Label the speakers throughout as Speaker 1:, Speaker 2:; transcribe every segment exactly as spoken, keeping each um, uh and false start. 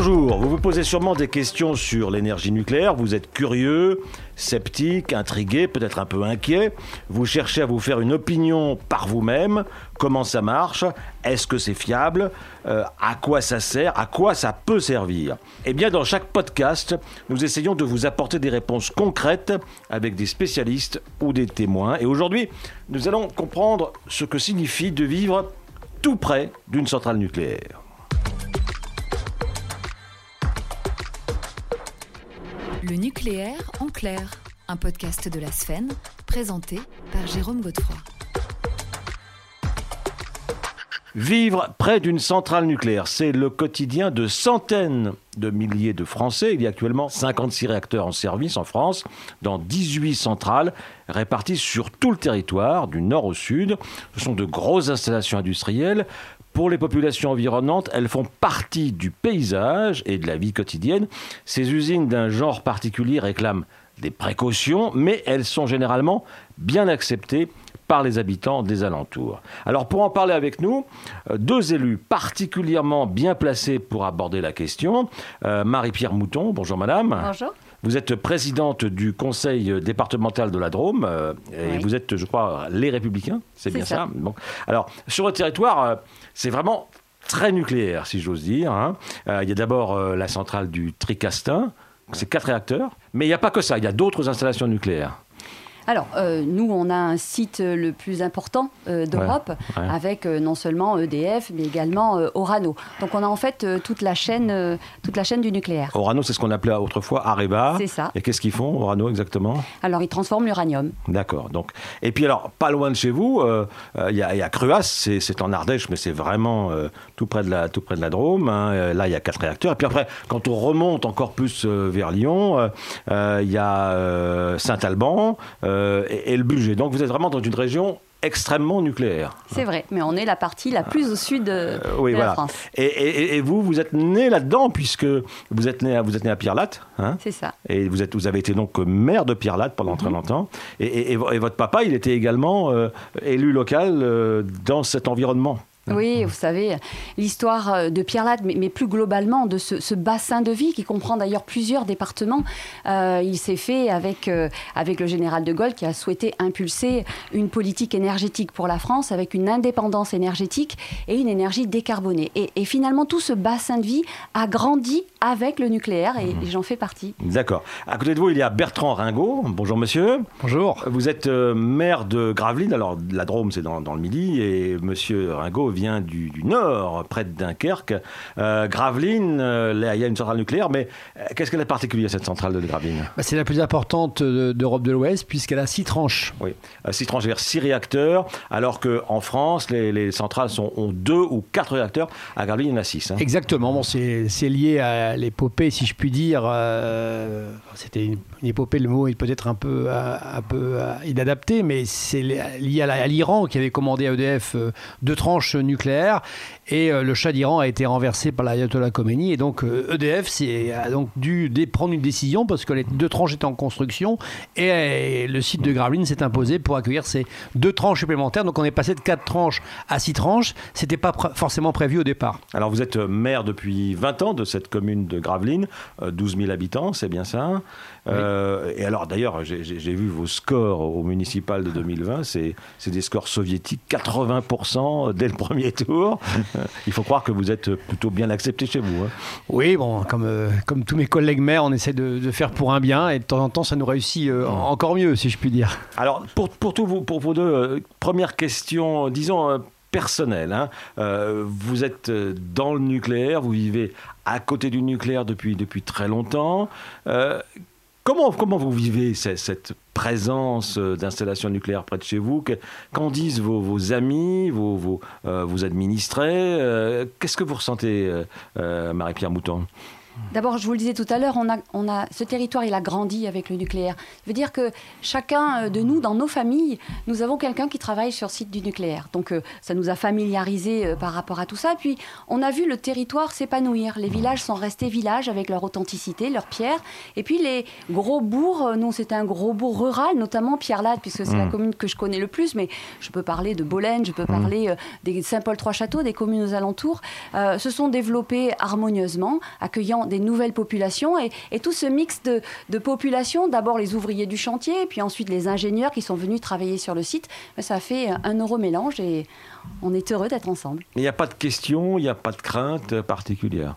Speaker 1: Bonjour, vous vous posez sûrement des questions sur l'énergie nucléaire, vous êtes curieux, sceptique, intrigué, peut-être un peu inquiet, vous cherchez à vous faire une opinion par vous-même, comment ça marche, est-ce que c'est fiable, euh, à quoi ça sert, à quoi ça peut servir. Eh bien, dans chaque podcast, nous essayons de vous apporter des réponses concrètes avec des spécialistes ou des témoins. Et aujourd'hui, nous allons comprendre ce que signifie de vivre tout près d'une centrale nucléaire.
Speaker 2: Le nucléaire en clair, un podcast de la S F E N, présenté par Jérôme Godefroy.
Speaker 1: Vivre près d'une centrale nucléaire, c'est le quotidien de centaines de milliers de Français. Il y a actuellement cinquante-six réacteurs en service en France, dans dix-huit centrales, réparties sur tout le territoire, du nord au sud. Ce sont de grosses installations industrielles. Pour les populations environnantes, elles font partie du paysage et de la vie quotidienne. Ces usines d'un genre particulier réclament des précautions, mais elles sont généralement bien acceptées par les habitants des alentours. Alors pour en parler avec nous, deux élus particulièrement bien placés pour aborder la question. Euh, Marie-Pierre Mouton, bonjour madame.
Speaker 3: Bonjour.
Speaker 1: Vous êtes présidente du conseil départemental de la Drôme euh, et
Speaker 3: oui.
Speaker 1: vous êtes, je crois, les Républicains, c'est, c'est bien ça, ça bon. Alors, sur le territoire, euh, c'est vraiment très nucléaire, si j'ose dire. Hein. Euh, il y a d'abord euh, la centrale du Tricastin, c'est quatre réacteurs, mais il n'y a pas que ça, il y a d'autres installations nucléaires.
Speaker 3: Alors, euh, nous, on a un site le plus important euh, d'Europe, ouais, ouais. avec euh, non seulement E D F, mais également euh, Orano. Donc, on a en fait euh, toute, la chaîne, euh, toute la chaîne du nucléaire.
Speaker 1: Orano, c'est ce qu'on appelait autrefois Areva.
Speaker 3: C'est ça.
Speaker 1: Et qu'est-ce qu'ils font, Orano, exactement ?
Speaker 3: Alors, ils transforment l'uranium.
Speaker 1: D'accord. Donc, et puis, alors, pas loin de chez vous, il euh, euh, y, y a Cruas, c'est, c'est en Ardèche, mais c'est vraiment euh, tout, près de la, tout près de la Drôme. Hein. Là, il y a quatre réacteurs. Et puis après, quand on remonte encore plus euh, vers Lyon, il euh, y a euh, Saint-Alban, Euh, et, et le budget. Donc vous êtes vraiment dans une région extrêmement nucléaire.
Speaker 3: C'est vrai, mais on est la partie la plus au sud de, euh, oui, de
Speaker 1: voilà.
Speaker 3: la France.
Speaker 1: Et, et, et vous, vous êtes né là-dedans, puisque vous êtes né à, vous êtes né à Pierrelatte. Hein,
Speaker 3: c'est ça.
Speaker 1: Et vous, êtes, vous avez été donc maire de Pierrelatte pendant mm-hmm. très longtemps. Et, et, et votre papa, il était également euh, élu local euh, dans cet environnement.
Speaker 3: Oui, vous savez, l'histoire de Pierrelatte, mais, mais plus globalement de ce, ce bassin de vie qui comprend d'ailleurs plusieurs départements, euh, il s'est fait avec, euh, avec le général de Gaulle qui a souhaité impulser une politique énergétique pour la France avec une indépendance énergétique et une énergie décarbonée. Et, et finalement, tout ce bassin de vie a grandi avec le nucléaire et, mmh. et j'en fais partie.
Speaker 1: D'accord. À côté de vous, il y a Bertrand Ringot. Bonjour monsieur.
Speaker 4: Bonjour.
Speaker 1: Vous êtes euh, maire de Gravelines. Alors, la Drôme, c'est dans, dans le Midi et monsieur Ringot vient du, du nord, près de Dunkerque. Euh, Gravelines, euh, là, il y a une centrale nucléaire, mais euh, qu'est-ce qu'elle a de particulier, cette centrale de Gravelines ?
Speaker 4: Bah, c'est la plus importante de, d'Europe de l'Ouest, puisqu'elle a six tranches.
Speaker 1: Oui, euh, six tranches, c'est-à-dire six réacteurs, alors qu'en France, les, les centrales sont, ont deux ou quatre réacteurs. À Gravelines, il y en a six. Hein.
Speaker 4: Exactement. Bon, c'est, c'est lié à l'épopée, si je puis dire. Euh, c'était une, une épopée, le mot est peut-être un peu, un, un peu inadapté, mais c'est lié à, la, à l'Iran qui avait commandé à E D F euh, deux tranches nucléaire et euh, le Shah d'Iran a été renversé par l'ayatollah Khomeini et donc euh, E D F c'est, a donc dû dé- prendre une décision parce que les deux tranches étaient en construction et, et le site de Gravelines s'est imposé pour accueillir ces deux tranches supplémentaires. Donc on est passé de quatre tranches à six tranches. C'était pas pr- forcément prévu au départ.
Speaker 1: Alors vous êtes maire depuis vingt ans de cette commune de Gravelines, euh, douze mille habitants, c'est bien ça. Euh, oui. Et alors d'ailleurs j'ai, j'ai, j'ai vu vos scores au municipal de deux mille vingt, c'est, c'est des scores soviétiques, quatre-vingts pour cent dès le premier tour. Il faut croire que vous êtes plutôt bien accepté chez vous. Hein.
Speaker 4: Oui, bon, comme, euh, comme tous mes collègues maires, on essaie de, de faire pour un bien et de temps en temps, ça nous réussit euh, mmh. encore mieux, si je puis dire.
Speaker 1: Alors, pour, pour, tout vous, pour vos deux, euh, première question, disons, euh, personnelle. Hein. Euh, vous êtes dans le nucléaire, vous vivez à côté du nucléaire depuis, depuis très longtemps. Euh, Comment, comment vous vivez cette, cette présence d'installations nucléaires près de chez vous ? Qu'en disent vos, vos amis, vos, vos, euh, vos administrés ? euh, Qu'est-ce que vous ressentez, euh, Marie-Pierre Mouton ?
Speaker 3: D'abord, je vous le disais tout à l'heure, on a, on a, ce territoire, il a grandi avec le nucléaire. Ça veut dire que chacun de nous, dans nos familles, nous avons quelqu'un qui travaille sur le site du nucléaire. Donc, euh, ça nous a familiarisés euh, par rapport à tout ça. Puis, on a vu le territoire s'épanouir. Les villages sont restés villages avec leur authenticité, leurs pierres. Et puis, les gros bourgs, euh, nous, c'était un gros bourg rural, notamment Pierrelade, puisque c'est mmh. la commune que je connais le plus. Mais je peux parler de Bolène, je peux mmh. parler euh, des Saint-Paul-Trois-Châteaux, des communes aux alentours, euh, se sont développés harmonieusement, accueillant des nouvelles populations et, et tout ce mix de, de populations, d'abord les ouvriers du chantier, puis ensuite les ingénieurs qui sont venus travailler sur le site, ça fait un heureux mélange et on est heureux d'être ensemble.
Speaker 1: Il n'y a pas de questions, il n'y a pas de crainte particulière.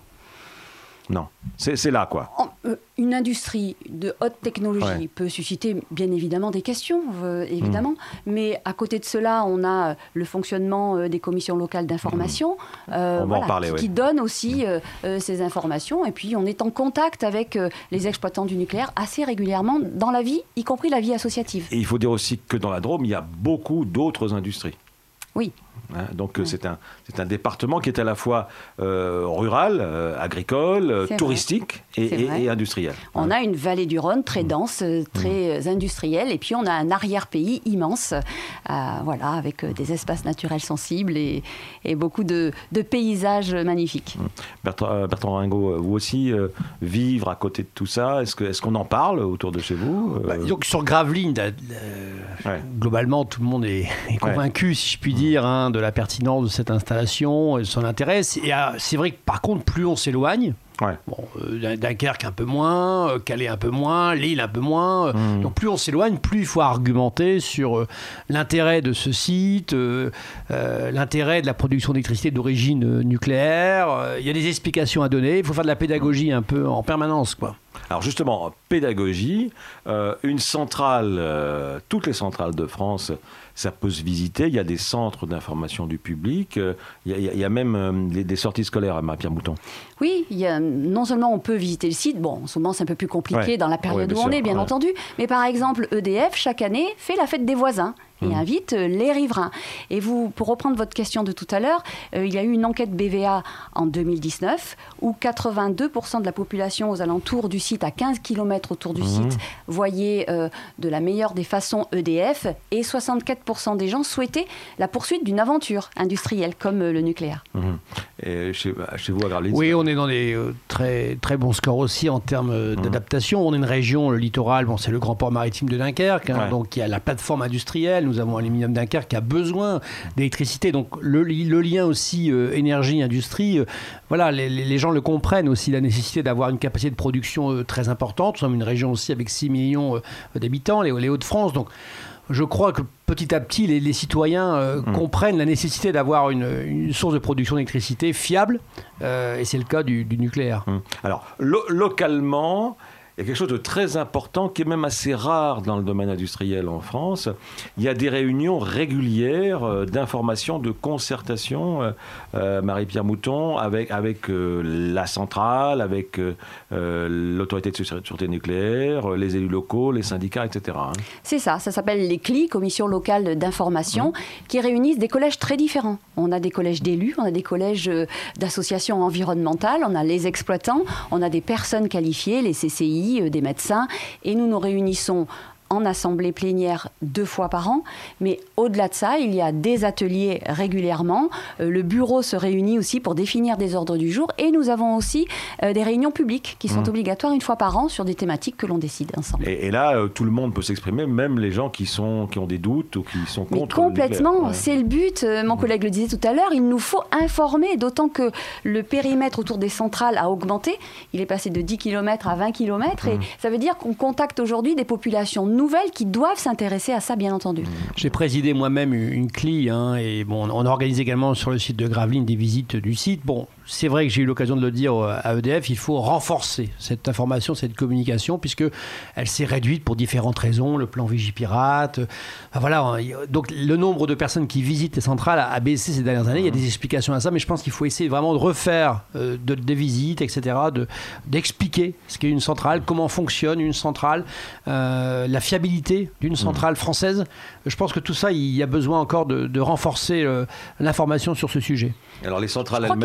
Speaker 1: Non, c'est, c'est là quoi.
Speaker 3: En, euh, une industrie de haute technologie ouais. peut susciter bien évidemment des questions, euh, évidemment, mmh. mais à côté de cela, on a le fonctionnement euh, des commissions locales d'information mmh. euh,
Speaker 1: on va
Speaker 3: voilà,
Speaker 1: en parler,
Speaker 3: qui,
Speaker 1: ouais.
Speaker 3: qui donnent aussi euh, euh, ces informations et puis on est en contact avec euh, les exploitants du nucléaire assez régulièrement dans la vie, y compris la vie associative.
Speaker 1: Et il faut dire aussi que dans la Drôme, il y a beaucoup d'autres industries.
Speaker 3: Oui.
Speaker 1: Hein, donc oui. c'est, un, c'est un département qui est à la fois euh, rural, euh, agricole, euh, touristique et, et, et industriel.
Speaker 3: On hein. a une vallée du Rhône très dense, très mmh. industrielle, et puis on a un arrière-pays immense, euh, voilà, avec des espaces naturels sensibles et, et beaucoup de, de paysages magnifiques.
Speaker 1: Mmh. Bertrand, Bertrand Ringot, vous aussi, euh, vivre à côté de tout ça, est-ce, que, est-ce qu'on en parle autour de chez vous euh...
Speaker 4: bah, donc sur Gravelines, euh, ouais. globalement, tout le monde est, est convaincu, ouais. si je puis dire, hein, de la pertinence de cette installation et de son intérêt. Et c'est vrai que par contre, plus on s'éloigne, ouais. bon, euh, Dunkerque un peu moins, euh, Calais un peu moins, Lille un peu moins, euh, mmh. donc plus on s'éloigne, plus il faut argumenter sur euh, l'intérêt de ce site, euh, euh, l'intérêt de la production d'électricité d'origine euh, nucléaire. Euh, il y a des explications à donner, il faut faire de la pédagogie un peu en permanence, quoi.
Speaker 1: Alors justement, pédagogie, euh, une centrale, euh, toutes les centrales de France, ça peut se visiter. Il y a des centres d'information du public. Euh, il, y a, il y a même euh, des, des sorties scolaires à Marie-Pierre Mouton.
Speaker 3: Oui, il y a, non seulement on peut visiter le site, bon, en ce moment c'est un peu plus compliqué ouais. dans la période ouais, où on sûr, est, bien ouais. entendu, mais par exemple, E D F, chaque année, fait la fête des voisins. Et mmh. invite les riverains. Et vous, pour reprendre votre question de tout à l'heure, euh, il y a eu une enquête B V A en deux mille dix-neuf où quatre-vingt-deux pour cent de la population aux alentours du site, à quinze kilomètres autour du mmh. site, voyait euh, de la meilleure des façons E D F et soixante-quatre pour cent des gens souhaitaient la poursuite d'une aventure industrielle comme euh, le nucléaire.
Speaker 1: Mmh. Et chez, chez vous à Gravelines?
Speaker 4: Oui, on est dans des euh, très, très bons scores aussi en termes euh, mmh. d'adaptation. On est une région, le littoral, bon, c'est le grand port maritime de Dunkerque, hein, ouais. donc il y a la plateforme industrielle. Nous avons Aluminium Dunkerque qui a besoin d'électricité. Donc le, le lien aussi euh, énergie-industrie, euh, voilà, les, les gens le comprennent aussi, la nécessité d'avoir une capacité de production euh, très importante. Nous sommes une région aussi avec six millions euh, d'habitants, les, les Hauts-de-France. Donc je crois que petit à petit, les, les citoyens euh, mmh. comprennent la nécessité d'avoir une, une source de production d'électricité fiable. Euh, et c'est le cas du, du nucléaire.
Speaker 1: Mmh. Alors, lo- localement... il y a quelque chose de très important qui est même assez rare dans le domaine industriel en France. Il y a des réunions régulières euh, d'information, de concertation, euh, euh, Marie-Pierre Mouton, avec, avec euh, la centrale, avec euh, l'autorité de sûreté nucléaire, les élus locaux, les syndicats, et cetera. Hein.
Speaker 3: C'est ça, ça s'appelle les C L I, Commission locale d'information, mmh. qui réunissent des collèges très différents. On a des collèges d'élus, on a des collèges d'associations environnementales, on a les exploitants, on a des personnes qualifiées, les C C I, des médecins, et nous nous réunissons en assemblée plénière deux fois par an. Mais au-delà de ça, il y a des ateliers régulièrement. Euh, le bureau se réunit aussi pour définir des ordres du jour. Et nous avons aussi euh, des réunions publiques qui sont mmh. obligatoires une fois par an sur des thématiques que l'on décide ensemble.
Speaker 1: Et, et là, euh, tout le monde peut s'exprimer, même les gens qui, sont, qui ont des doutes ou qui sont contre.
Speaker 3: Mais complètement,
Speaker 1: le ouais.
Speaker 3: c'est le but. Euh, mon mmh. collègue le disait tout à l'heure, il nous faut informer, d'autant que le périmètre autour des centrales a augmenté. Il est passé de dix kilomètres à vingt kilomètres. Mmh. Et ça veut dire qu'on contacte aujourd'hui des populations nouvelles qui doivent s'intéresser à ça, bien entendu.
Speaker 4: J'ai présidé moi-même une C L I, hein, et bon, on organise également sur le site de Gravelines des visites du site. Bon, c'est vrai que j'ai eu l'occasion de le dire à E D F, il faut renforcer cette information, cette communication, puisqu'elle s'est réduite pour différentes raisons, le plan Vigipirate. Enfin, voilà, donc le nombre de personnes qui visitent les centrales a baissé ces dernières années. Il y a des explications à ça, mais je pense qu'il faut essayer vraiment de refaire euh, de, des visites, et cetera, de, d'expliquer ce qu'est une centrale, comment fonctionne une centrale, euh, la fiabilité d'une centrale française. Je pense que tout ça, il y a besoin encore de, de renforcer euh, l'information sur ce sujet.
Speaker 1: Alors les centrales
Speaker 3: elles-mêmes, oui. trois,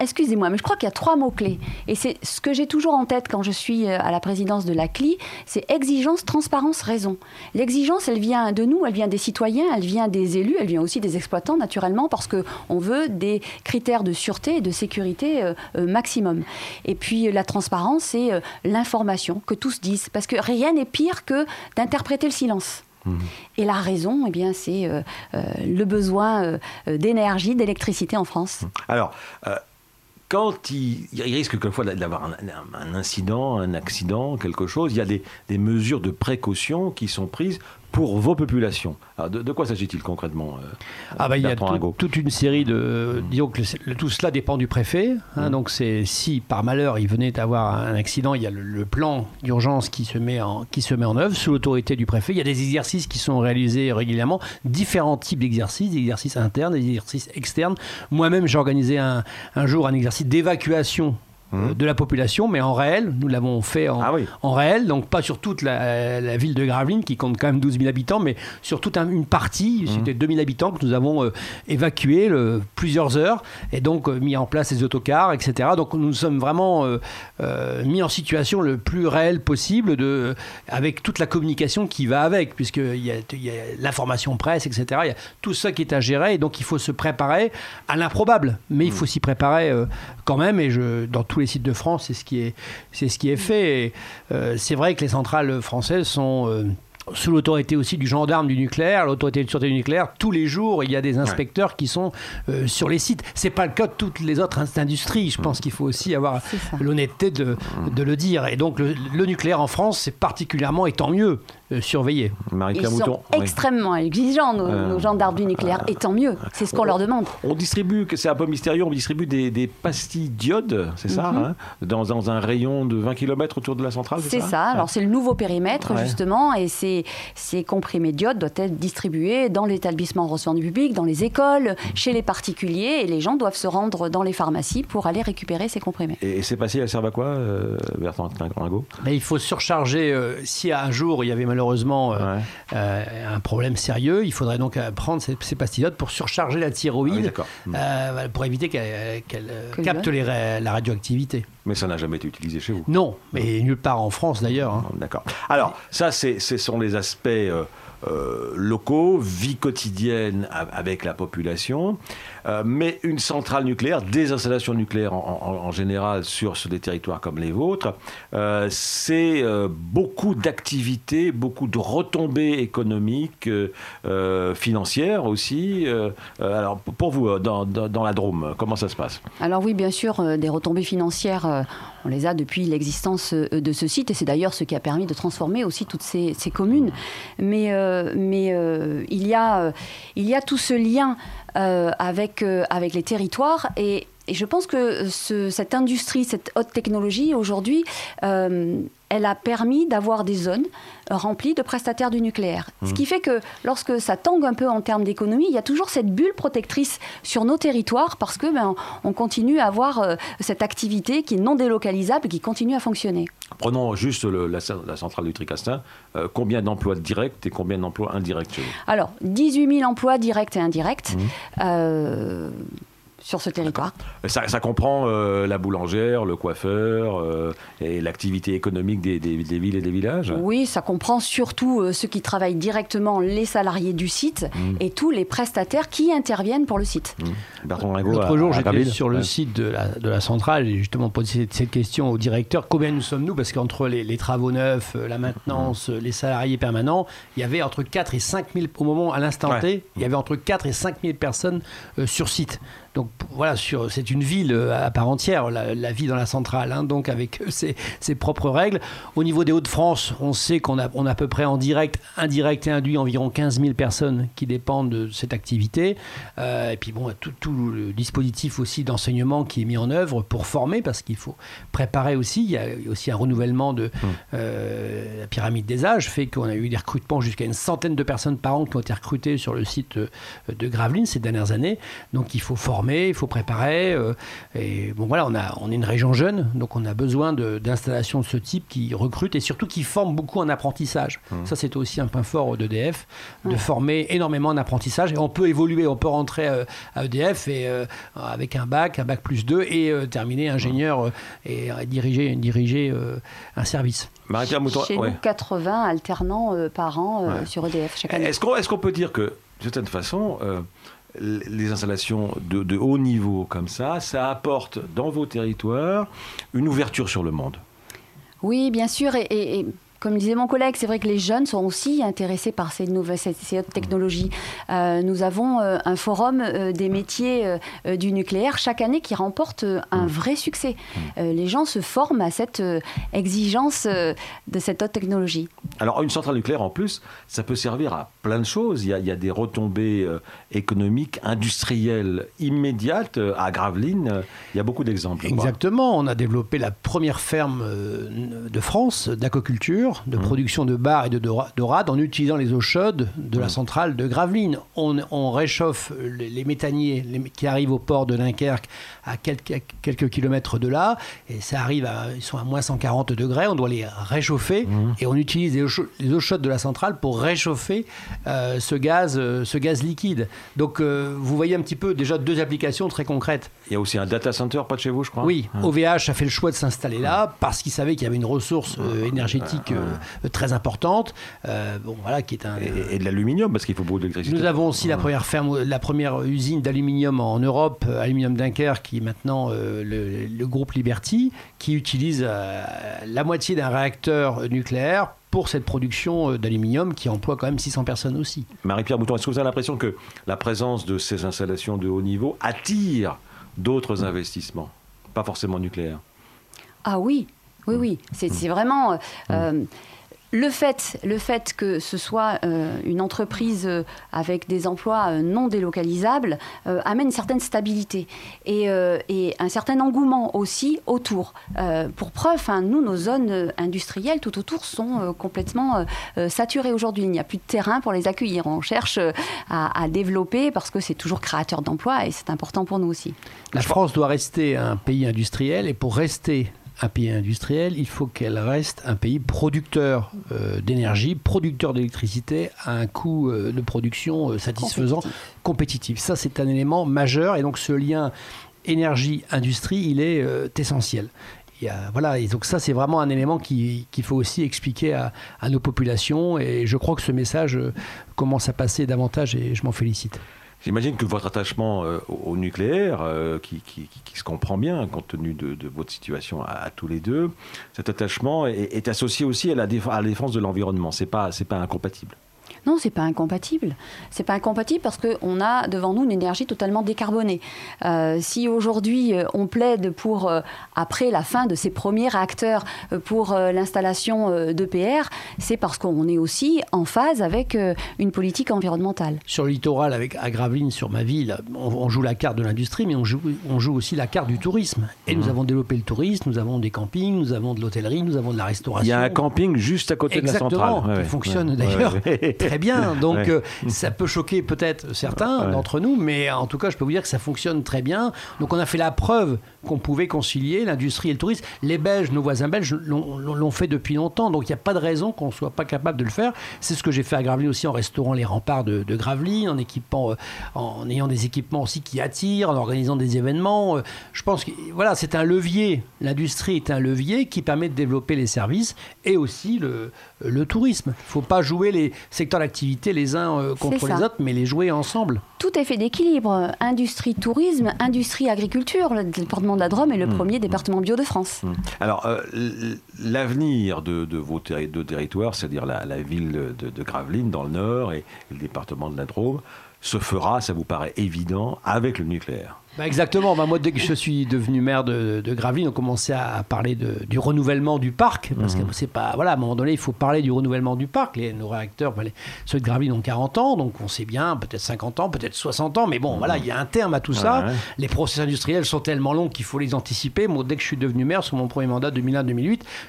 Speaker 3: excusez-moi, mais je crois qu'il y a trois mots-clés. Et c'est ce que j'ai toujours en tête quand je suis à la présidence de la C L I, c'est exigence, transparence, raison. L'exigence, elle vient de nous, elle vient des citoyens, elle vient des élus, elle vient aussi des exploitants, naturellement, parce qu'on veut des critères de sûreté et de sécurité euh, euh, maximum. Et puis, la transparence, c'est euh, l'information, que tous disent. Parce que rien n'est pire que d'interpréter le silence. Mmh. Et la raison, eh bien, c'est euh, euh, le besoin euh, d'énergie, d'électricité en France.
Speaker 1: Alors, euh, quand il, il risque quelquefois d'avoir un, un incident, un accident, quelque chose, il y a des, des mesures de précaution qui sont prises pour vos populations. Alors, de, de quoi s'agit-il concrètement, euh,
Speaker 4: ah bah, il y a tout, toute une série de... Disons que le, le, tout cela dépend du préfet. Hein, mmh. Donc c'est, si par malheur il venait d'avoir un accident, il y a le, le plan d'urgence qui se, met en, qui se met en œuvre sous l'autorité du préfet. Il y a des exercices qui sont réalisés régulièrement, différents types d'exercices, des exercices internes, des exercices externes. Moi-même, j'ai organisé un, un jour un exercice d'évacuation Mmh. de la population, mais en réel, nous l'avons fait en, ah oui. en réel, donc pas sur toute la, la ville de Gravelines qui compte quand même douze mille habitants, mais sur toute un, une partie, mmh. c'était deux mille habitants que nous avons euh, évacués le, plusieurs heures, et donc euh, mis en place les autocars, et cetera. Donc nous nous sommes vraiment euh, euh, mis en situation le plus réelle possible, de, avec toute la communication qui va avec, puisqu'il y a, il y a l'information presse, et cetera. Il y a tout ça qui est à gérer, et donc il faut se préparer à l'improbable, mais mmh. il faut s'y préparer euh, quand même, et je, dans tous les sites de France, c'est ce qui est, c'est ce qui est fait. Et, euh, c'est vrai que les centrales françaises sont euh, sous l'autorité aussi du gendarme du nucléaire, l'autorité de sûreté du nucléaire. Tous les jours, il y a des inspecteurs ouais. qui sont euh, sur les sites. C'est pas le cas de toutes les autres industries. Je pense qu'il faut aussi avoir l'honnêteté de, de le dire. Et donc, le, le nucléaire en France, c'est particulièrement, et tant mieux, euh, surveillé.
Speaker 3: Ils sont oui. extrêmement exigeants, nos, euh, nos gendarmes du nucléaire, euh, et tant mieux. C'est ce qu'on on, leur demande.
Speaker 1: On distribue, c'est un peu mystérieux, on distribue des, des pastilles d'iode, c'est ça, mm-hmm. hein, dans, dans un rayon de vingt kilomètres autour de la centrale, c'est,
Speaker 3: c'est
Speaker 1: ça,
Speaker 3: ça. Alors, c'est le nouveau périmètre, ouais. justement, et c'est ces comprimés d'iode doivent être distribués dans l'établissement recevant du public, dans les écoles, chez les particuliers, et les gens doivent se rendre dans les pharmacies pour aller récupérer ces comprimés.
Speaker 1: Et, et ces pastilles, elles servent à quoi, euh, Bertrand Ringot ?
Speaker 4: Mais il faut surcharger, euh, si un jour il y avait malheureusement euh, ouais. euh, un problème sérieux, il faudrait donc prendre ces, ces pastilles d'iode pour surcharger la thyroïde, ah oui, euh, pour éviter qu'elle, qu'elle capte les, la radioactivité.
Speaker 1: Mais ça n'a jamais été utilisé chez vous ?
Speaker 4: Non, mais nulle part en France d'ailleurs. Hein.
Speaker 1: D'accord. Alors, ça, c'est, ce sont les aspects euh, euh, locaux, vie quotidienne avec la population. Euh, mais une centrale nucléaire, des installations nucléaires en, en, en général sur, sur des territoires comme les vôtres, euh, c'est euh, beaucoup d'activités, beaucoup de retombées économiques, euh, financières aussi. Euh, alors, pour vous, dans, dans, dans la Drôme, comment ça se passe ?
Speaker 3: Alors oui, bien sûr, euh, des retombées financières, euh, on les a depuis l'existence euh, de ce site, et c'est d'ailleurs ce qui a permis de transformer aussi toutes ces, ces communes. Mais, euh, mais euh, il y a, euh, il y a tout ce lien Euh, avec, euh, avec les territoires, et, et je pense que ce, cette industrie, cette haute technologie aujourd'hui, euh, elle a permis d'avoir des zones remplies de prestataires du nucléaire. Mmh. Ce qui fait que lorsque ça tangue un peu en termes d'économie, il y a toujours cette bulle protectrice sur nos territoires, parce que ben, on continue à avoir euh, cette activité qui est non délocalisable, qui continue à fonctionner.
Speaker 1: Prenons juste le, la, la centrale du Tricastin. Euh, combien d'emplois directs et combien d'emplois indirects chez vous ?
Speaker 3: Alors, dix-huit mille emplois directs et indirects. Mmh. Euh, sur ce territoire.
Speaker 1: Ça, ça comprend euh, la boulangère, le coiffeur euh, et l'activité économique des, des, des villes et des villages ?
Speaker 3: Oui, ça comprend surtout euh, ceux qui travaillent directement, les salariés du site, mmh. et tous les prestataires qui interviennent pour le site.
Speaker 1: Mmh. Bertrand Ringot,
Speaker 4: l'autre
Speaker 1: à,
Speaker 4: jour,
Speaker 1: à
Speaker 4: j'étais
Speaker 1: Gravelines.
Speaker 4: sur le ouais. site de la, de la centrale et justement posé cette, cette question au directeur. Combien nous sommes-nous ? Parce qu'entre les, les travaux neufs, la maintenance, mmh. les salariés permanents, il y avait entre quatre et cinq mille, au moment, à l'instant ouais. T, il y avait entre quatre et cinq mille personnes euh, sur site. Donc voilà, sur, c'est une ville à part entière, la, la vie dans la centrale, hein, donc avec ses, ses propres règles. Au niveau des Hauts-de-France, on sait qu'on a, on a à peu près en direct, indirect et induit environ quinze mille personnes qui dépendent de cette activité. Euh, et puis bon, tout, tout le dispositif aussi d'enseignement qui est mis en œuvre pour former, parce qu'il faut préparer aussi. Il y a aussi un renouvellement de mmh. euh, la pyramide des âges, fait qu'on a eu des recrutements jusqu'à une centaine de personnes par an qui ont été recrutées sur le site de Gravelines ces dernières années. Donc il faut former former, il faut préparer. Euh, et bon, voilà, on, a, on est une région jeune, donc on a besoin de, d'installations de ce type qui recrutent et surtout qui forment beaucoup en apprentissage. Mmh. Ça, c'est aussi un point fort d'E D F, de ouais. former énormément en apprentissage. Et on peut évoluer, on peut rentrer euh, à E D F et, euh, avec un bac, un bac plus deux et euh, terminer ingénieur euh, et euh, diriger, diriger euh, un service.
Speaker 3: Marie-Pierre Mouton, chez ouais. nous, quatre-vingts alternants euh, par an euh, ouais. sur E D F chaque année.
Speaker 1: Est-ce qu'on, est-ce qu'on peut dire que, d'une certaine façon, euh, les installations de, de haut niveau comme ça, ça apporte dans vos territoires une ouverture sur le monde?
Speaker 3: Oui, bien sûr. Et, et, et... Comme disait mon collègue, c'est vrai que les jeunes sont aussi intéressés par ces nouvelles, ces, ces hautes technologies. Euh, nous avons euh, un forum euh, des métiers euh, du nucléaire chaque année qui remporte euh, un vrai succès. Euh, les gens se forment à cette euh, exigence euh, de cette haute technologie.
Speaker 1: Alors, une centrale nucléaire, en plus, ça peut servir à plein de choses. Il y a, il y a des retombées euh, économiques, industrielles immédiates. Euh, à Gravelines, euh, il y a beaucoup d'exemples.
Speaker 4: Exactement. On a développé la première ferme euh, de France d'aquaculture, de mmh. production de bar et de dorade en utilisant les eaux chaudes de mmh. la centrale de Gravelines. On, on réchauffe les, les méthaniers les, qui arrivent au port de Dunkerque à quelques, quelques kilomètres de là, et ça arrive à, ils sont à moins cent quarante degrés, on doit les réchauffer mmh. et on utilise les eaux, chaudes, les eaux chaudes de la centrale pour réchauffer euh, ce, gaz, euh, ce gaz liquide. Donc euh, vous voyez un petit peu déjà deux applications très concrètes.
Speaker 1: Il y a aussi un data center près de chez vous, je crois.
Speaker 4: Oui, mmh. O V H a fait le choix de s'installer là parce qu'il savait qu'il y avait une ressource euh, énergétique Euh, très importante, euh, bon, voilà, qui est un,
Speaker 1: et, et de l'aluminium, parce qu'il faut beaucoup d'électricité.
Speaker 4: Nous avons aussi la première ferme, la première usine d'aluminium en Europe, Aluminium Dunkerque, qui est maintenant euh, le, le groupe Liberty, qui utilise euh, la moitié d'un réacteur nucléaire pour cette production d'aluminium qui emploie quand même six cents personnes aussi.
Speaker 1: Marie-Pierre Mouton, est-ce que vous avez l'impression que la présence de ces installations de haut niveau attire d'autres investissements, pas forcément nucléaires?
Speaker 3: Ah oui. Oui, oui, c'est, c'est vraiment euh, le fait, le fait que ce soit euh, une entreprise euh, avec des emplois euh, non délocalisables euh, amène une certaine stabilité et, euh, et un certain engouement aussi autour. Euh, pour preuve, hein, nous, nos zones industrielles tout autour sont euh, complètement euh, saturées aujourd'hui. Il n'y a plus de terrain pour les accueillir. On cherche euh, à, à développer parce que c'est toujours créateur d'emplois et c'est important pour nous aussi.
Speaker 4: La France doit rester un pays industriel et pour rester un pays industriel, il faut qu'elle reste un pays producteur euh, d'énergie, producteur d'électricité à un coût euh, de production euh, satisfaisant, compétitif. compétitif. Ça, c'est un élément majeur et donc ce lien énergie-industrie, il est euh, essentiel. Il y a, voilà, et donc ça, c'est vraiment un élément qui, qu'il faut aussi expliquer à, à nos populations et je crois que ce message euh, commence à passer davantage et je m'en félicite.
Speaker 1: J'imagine que votre attachement euh, au nucléaire, euh, qui, qui, qui se comprend bien compte tenu de, de votre situation à, à tous les deux, cet attachement est, est associé aussi à la, déf- à la défense de l'environnement. C'est pas, c'est pas incompatible.
Speaker 3: Non, c'est pas incompatible. C'est pas incompatible parce qu'on a devant nous une énergie totalement décarbonée. Euh, si aujourd'hui on plaide pour, euh, après la fin de ces premiers réacteurs, euh, pour euh, l'installation euh, d'E P R, c'est parce qu'on est aussi en phase avec euh, une politique environnementale.
Speaker 4: Sur le littoral, avec, à Gravelines, sur ma ville, on, on joue la carte de l'industrie, mais on joue, on joue aussi la carte du tourisme. Et mmh. nous avons développé le tourisme, nous avons des campings, nous avons de l'hôtellerie, nous avons de la restauration.
Speaker 1: Il y a un camping juste à côté
Speaker 4: Exactement,
Speaker 1: de la centrale.
Speaker 4: Qui
Speaker 1: ouais,
Speaker 4: fonctionne
Speaker 1: ouais,
Speaker 4: d'ailleurs
Speaker 1: ouais.
Speaker 4: très bien. Donc
Speaker 1: ouais.
Speaker 4: euh, ça peut choquer peut-être certains ouais. d'entre nous, mais en tout cas, je peux vous dire que ça fonctionne très bien. Donc on a fait la preuve qu'on pouvait concilier l'industrie et le tourisme. Les Belges, nos voisins belges, l'ont, l'ont fait depuis longtemps. Donc il n'y a pas de raison qu'on ne soit pas capable de le faire. C'est ce que j'ai fait à Gravelines aussi en restaurant les remparts de, de Gravelines, en, équipant, euh, en ayant des équipements aussi qui attirent, en organisant des événements. Euh, je pense que voilà, c'est un levier. L'industrie est un levier qui permet de développer les services et aussi le, le tourisme. Il ne faut pas jouer les secteurs d'activité les uns euh, contre les autres, mais les jouer ensemble.
Speaker 3: Tout est fait d'équilibre. Industrie, tourisme, industrie, agriculture. Le département de la Drôme est le mmh. premier département bio de France.
Speaker 1: Mmh. Alors, euh, l'avenir de, de vos terri- de territoires, c'est-à-dire la, la ville de, de Gravelines dans le nord et, et le département de la Drôme, se fera, ça vous paraît évident, avec le nucléaire?
Speaker 4: Bah exactement. Bah moi, dès que je suis devenu maire de, de Gravelines, on commençait à parler de, du renouvellement du parc. Parce mmh. que c'est pas, voilà, à un moment donné, il faut parler du renouvellement du parc. Les, nos réacteurs, les, ceux de Gravelines ont quarante ans, donc on sait bien, peut-être cinquante ans, peut-être soixante ans. Mais bon, mmh. voilà, il y a un terme à tout ça. Ouais. Les processus industriels sont tellement longs qu'il faut les anticiper. Moi, dès que je suis devenu maire, sur mon premier mandat deux mille un deux mille huit,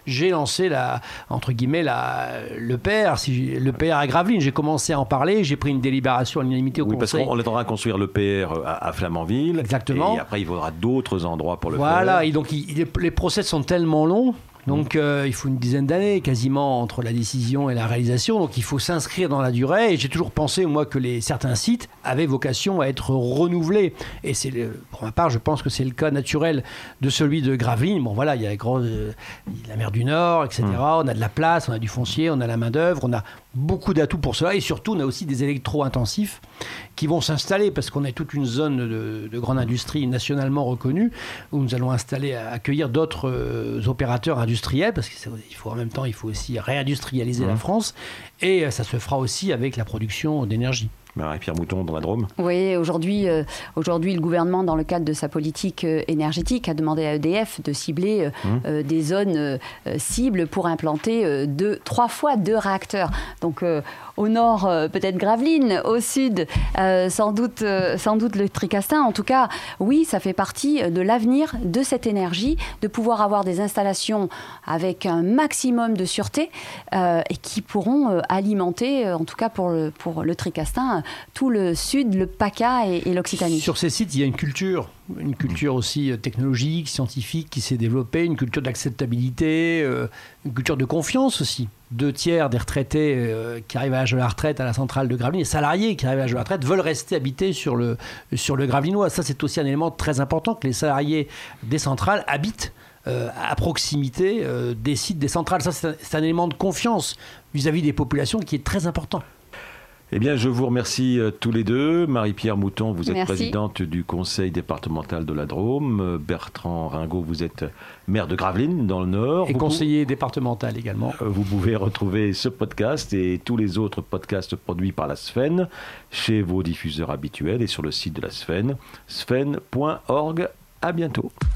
Speaker 4: j'ai lancé la, entre guillemets la, le P R, si le P R à Gravelines. J'ai commencé à en parler, j'ai pris une délibération à l'unanimité au
Speaker 1: oui,
Speaker 4: Conseil.
Speaker 1: Parce qu'on est en train de construire le P R à, à Flamanville.
Speaker 4: Exactement.
Speaker 1: Et après, il faudra d'autres endroits pour le
Speaker 4: voilà,
Speaker 1: faire.
Speaker 4: Voilà, et donc il, les procès sont tellement longs. Donc euh, il faut une dizaine d'années quasiment entre la décision et la réalisation, donc il faut s'inscrire dans la durée, et j'ai toujours pensé moi que les, certains sites avaient vocation à être renouvelés, et c'est le, pour ma part je pense que c'est le cas naturel de celui de Gravelines. Bon voilà, il y a la, grosse, euh, la mer du Nord, et cetera. Mmh. On a de la place, on a du foncier, on a la main d'œuvre, on a beaucoup d'atouts pour cela, et surtout on a aussi des électro-intensifs qui vont s'installer, parce qu'on a toute une zone de, de grande industrie nationalement reconnue, où nous allons installer, accueillir d'autres euh, opérateurs industriels, parce qu'il faut en même temps il faut aussi réindustrialiser mmh. la France, et ça se fera aussi avec la production d'énergie.
Speaker 1: Marie-Pierre Mouton dans la Drôme.
Speaker 3: Oui, aujourd'hui, euh, aujourd'hui, le gouvernement, dans le cadre de sa politique euh, énergétique, a demandé à E D F de cibler euh, mmh. euh, des zones euh, cibles pour implanter euh, deux, trois fois deux réacteurs. Donc, euh, au nord, euh, peut-être Gravelines, au sud, euh, sans doute, euh, sans doute le Tricastin. En tout cas, oui, ça fait partie de l'avenir de cette énergie, de pouvoir avoir des installations avec un maximum de sûreté euh, et qui pourront euh, alimenter, euh, en tout cas pour le, pour le Tricastin, tout le sud, le PACA et, et l'Occitanie.
Speaker 4: Sur ces sites, il y a une culture, une culture aussi technologique, scientifique qui s'est développée, une culture d'acceptabilité, euh, une culture de confiance aussi. Deux tiers des retraités euh, qui arrivent à l'âge de la retraite à la centrale de Gravelines, les salariés qui arrivent à l'âge de la retraite veulent rester habités sur le, sur le Gravelinois. Ça, c'est aussi un élément très important, que les salariés des centrales habitent Euh, à proximité euh, des sites des centrales. Ça, c'est un, c'est un élément de confiance vis-à-vis des populations qui est très important.
Speaker 1: Eh bien, je vous remercie euh, tous les deux. Marie-Pierre Mouton, vous êtes
Speaker 3: Merci.
Speaker 1: présidente du conseil départemental de la Drôme. Euh, Bertrand Ringot, vous êtes maire de Gravelines, dans le Nord.
Speaker 4: Et
Speaker 1: vous
Speaker 4: conseiller pouvez... départemental également.
Speaker 1: Euh, vous pouvez retrouver ce podcast et tous les autres podcasts produits par la Sfen chez vos diffuseurs habituels et sur le site de la Sfen, sfen point org. À bientôt.